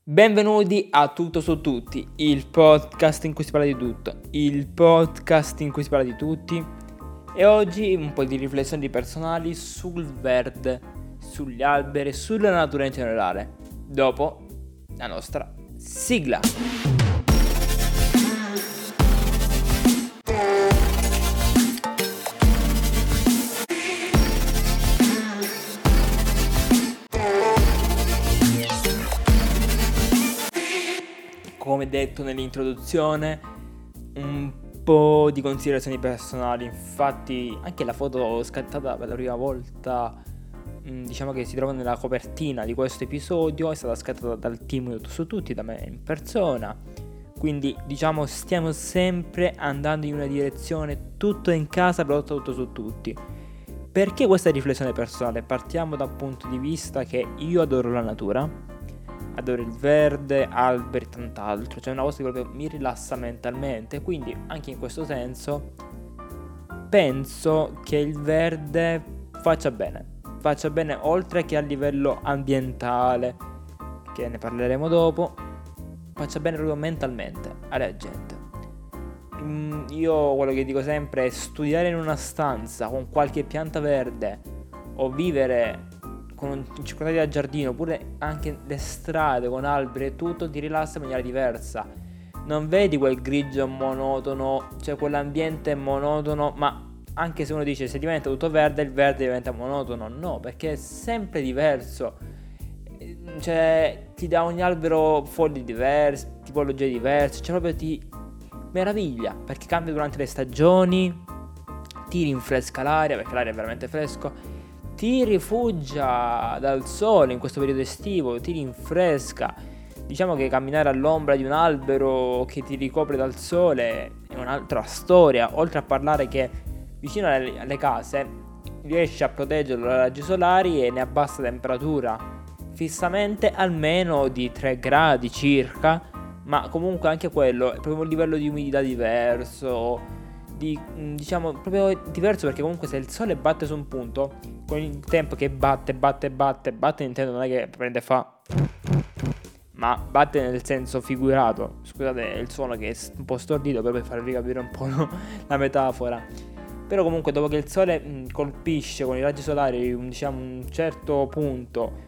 Benvenuti a Tutto su Tutti, il podcast in cui si parla di tutto, e oggi un po' di riflessioni personali sul verde, sugli alberi e sulla natura in generale, dopo la nostra sigla. Come detto nell'introduzione, un po' di considerazioni personali. Infatti anche la foto scattata per la prima volta, diciamo che si trova nella copertina di questo episodio, è stata scattata dal team Tutto su Tutti, da me in persona. Quindi diciamo stiamo sempre andando in una direzione, tutto in casa, prodotto Tutto su Tutti. Perché questa riflessione personale? Partiamo da un punto di vista che io adoro la natura, adoro il verde, alberi e tant'altro, cioè una cosa che proprio mi rilassa mentalmente, quindi anche in questo senso penso che il verde faccia bene oltre che a livello ambientale, che ne parleremo dopo, faccia bene proprio mentalmente alla gente. Io quello che dico sempre è studiare in una stanza con qualche pianta verde o vivere con circondati da giardino, oppure anche le strade con alberi e tutto, ti rilassa in maniera diversa. Non vedi quel grigio monotono, cioè quell'ambiente monotono, ma anche se uno dice se diventa tutto verde, il verde diventa monotono, no, perché è sempre diverso. Cioè ti dà ogni albero foglie diverse, tipologie diverse, cioè proprio ti meraviglia, perché cambia durante le stagioni, ti rinfresca l'aria, perché l'aria è veramente fresco, ti rifugia dal sole in questo periodo estivo, ti rinfresca. Diciamo che camminare all'ombra di un albero che ti ricopre dal sole è un'altra storia, oltre a parlare che vicino alle case riesce a proteggerlo dai raggi solari e ne abbassa la temperatura fissamente almeno di 3 gradi circa, ma comunque anche quello è proprio un livello di umidità diverso, diciamo proprio diverso, perché comunque se il sole batte su un punto, con il tempo che batte, intendo non è che prende fa, ma batte nel senso figurato, scusate il suono che è un po' stordito per farvi capire un po' la metafora, però comunque dopo che il sole colpisce con i raggi solari un certo punto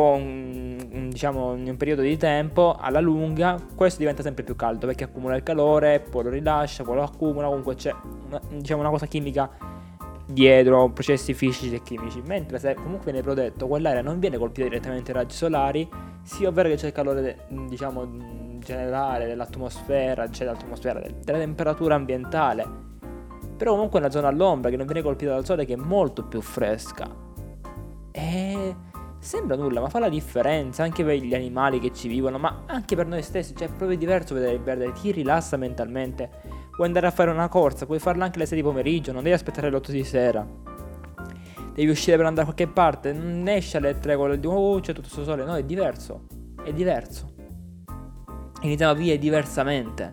in un periodo di tempo, alla lunga questo diventa sempre più caldo perché accumula il calore, poi lo rilascia, poi lo accumula, comunque c'è una cosa chimica dietro, processi fisici e chimici, mentre se comunque viene protetto, quell'area non viene colpita direttamente dai raggi solari, sì, ovvero che c'è il calore generale dell'atmosfera, della temperatura ambientale, però comunque è una zona all'ombra che non viene colpita dal sole, che è molto più fresca e sembra nulla, ma fa la differenza anche per gli animali che ci vivono, ma anche per noi stessi. Cioè è proprio diverso vedere il verde, ti rilassa mentalmente. Puoi andare a fare una corsa, puoi farla anche alle 6 di pomeriggio, non devi aspettare le 8 di sera. Devi uscire per andare a qualche parte, non esci alle 3 con c'è tutto questo sole, no, è diverso. Iniziamo a vivere diversamente.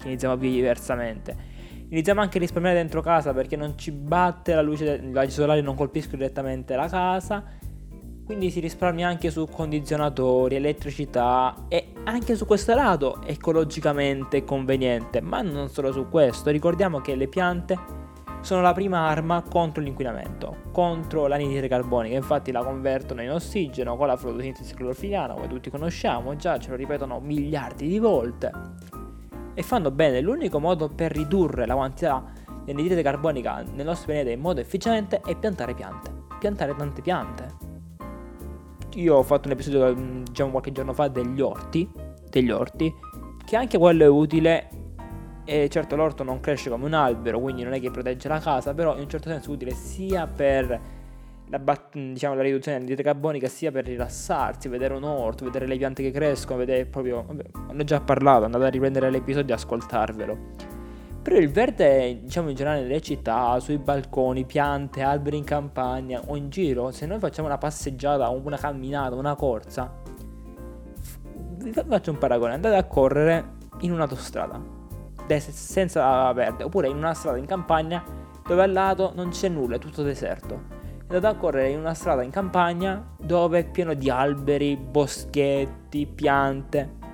Iniziamo anche a risparmiare dentro casa, perché non ci batte la luce, i raggi solari non colpiscono direttamente la casa. Quindi si risparmia anche su condizionatori, elettricità, e anche su questo lato ecologicamente conveniente. Ma non solo su questo, ricordiamo che le piante sono la prima arma contro l'inquinamento, contro l'anidride carbonica. Infatti la convertono in ossigeno con la fotosintesi clorofiliana, come tutti conosciamo, già ce lo ripetono miliardi di volte. E fanno bene. L'unico modo per ridurre la quantità di anidride carbonica nel nostro pianeta in modo efficiente è piantare tante piante. Io ho fatto un episodio qualche giorno fa degli orti, che anche quello è utile, e certo l'orto non cresce come un albero, quindi non è che protegge la casa, però in un certo senso è utile sia per la riduzione dell'anidride carbonica, sia per rilassarsi, vedere un orto, vedere le piante che crescono, vedere proprio, ne ho già parlato, andate a riprendere l'episodio e ascoltarvelo. Però il verde, in generale nelle città, sui balconi, piante, alberi in campagna o in giro, se noi facciamo una passeggiata, una camminata, una corsa, vi faccio un paragone: andate a correre in un'autostrada senza verde, oppure in una strada in campagna dove al lato non c'è nulla, è tutto deserto. Andate a correre in una strada in campagna dove è pieno di alberi, boschetti, piante.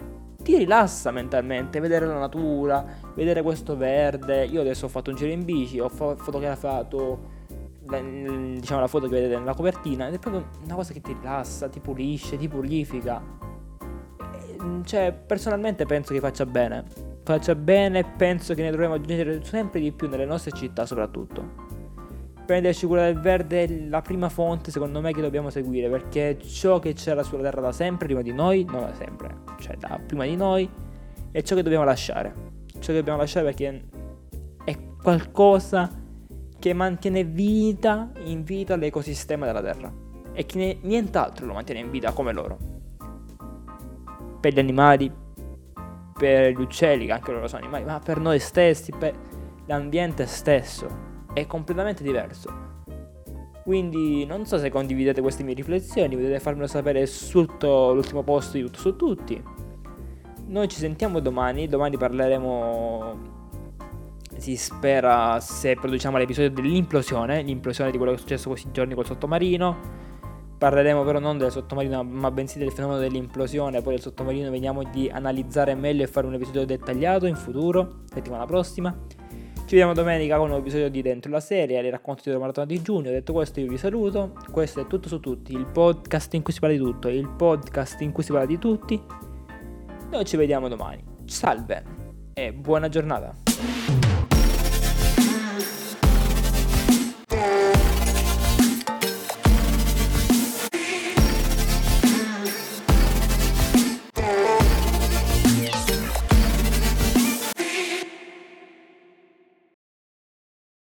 ti rilassa mentalmente, vedere la natura, vedere questo verde. Io adesso ho fatto un giro in bici, ho fotografato diciamo la foto che vedete nella copertina, ed è proprio una cosa che ti rilassa, ti pulisce, ti purifica. Cioè, personalmente penso che faccia bene, penso che ne dovremo aggiungere sempre di più nelle nostre città soprattutto. Prenderci cura del verde è la prima fonte secondo me che dobbiamo seguire, perché ciò che c'era sulla terra da sempre prima di noi, non da sempre, cioè da prima di noi, è ciò che dobbiamo lasciare. Ciò che dobbiamo lasciare perché è qualcosa che mantiene in vita l'ecosistema della terra, e che nient'altro lo mantiene in vita come loro. Per gli animali, per gli uccelli, che anche loro sono animali, ma per noi stessi, per l'ambiente stesso è completamente diverso. Quindi non so se condividete queste mie riflessioni, potete farmelo sapere sotto l'ultimo post di Tutto su Tutti. Noi ci sentiamo domani parleremo, si spera, se produciamo l'episodio dell'implosione di quello che è successo questi giorni col sottomarino. Parleremo però non del sottomarino, ma bensì del fenomeno dell'implosione. Poi del sottomarino vediamo di analizzare meglio e fare un episodio dettagliato in futuro, settimana prossima. Ci vediamo domenica con un nuovo episodio di Dentro la Serie, le racconti della maratona di giugno. Detto questo, io vi saluto. Questo è Tutto su Tutti, il podcast in cui si parla di tutto, il podcast in cui si parla di tutti. Noi ci vediamo domani. Salve e buona giornata.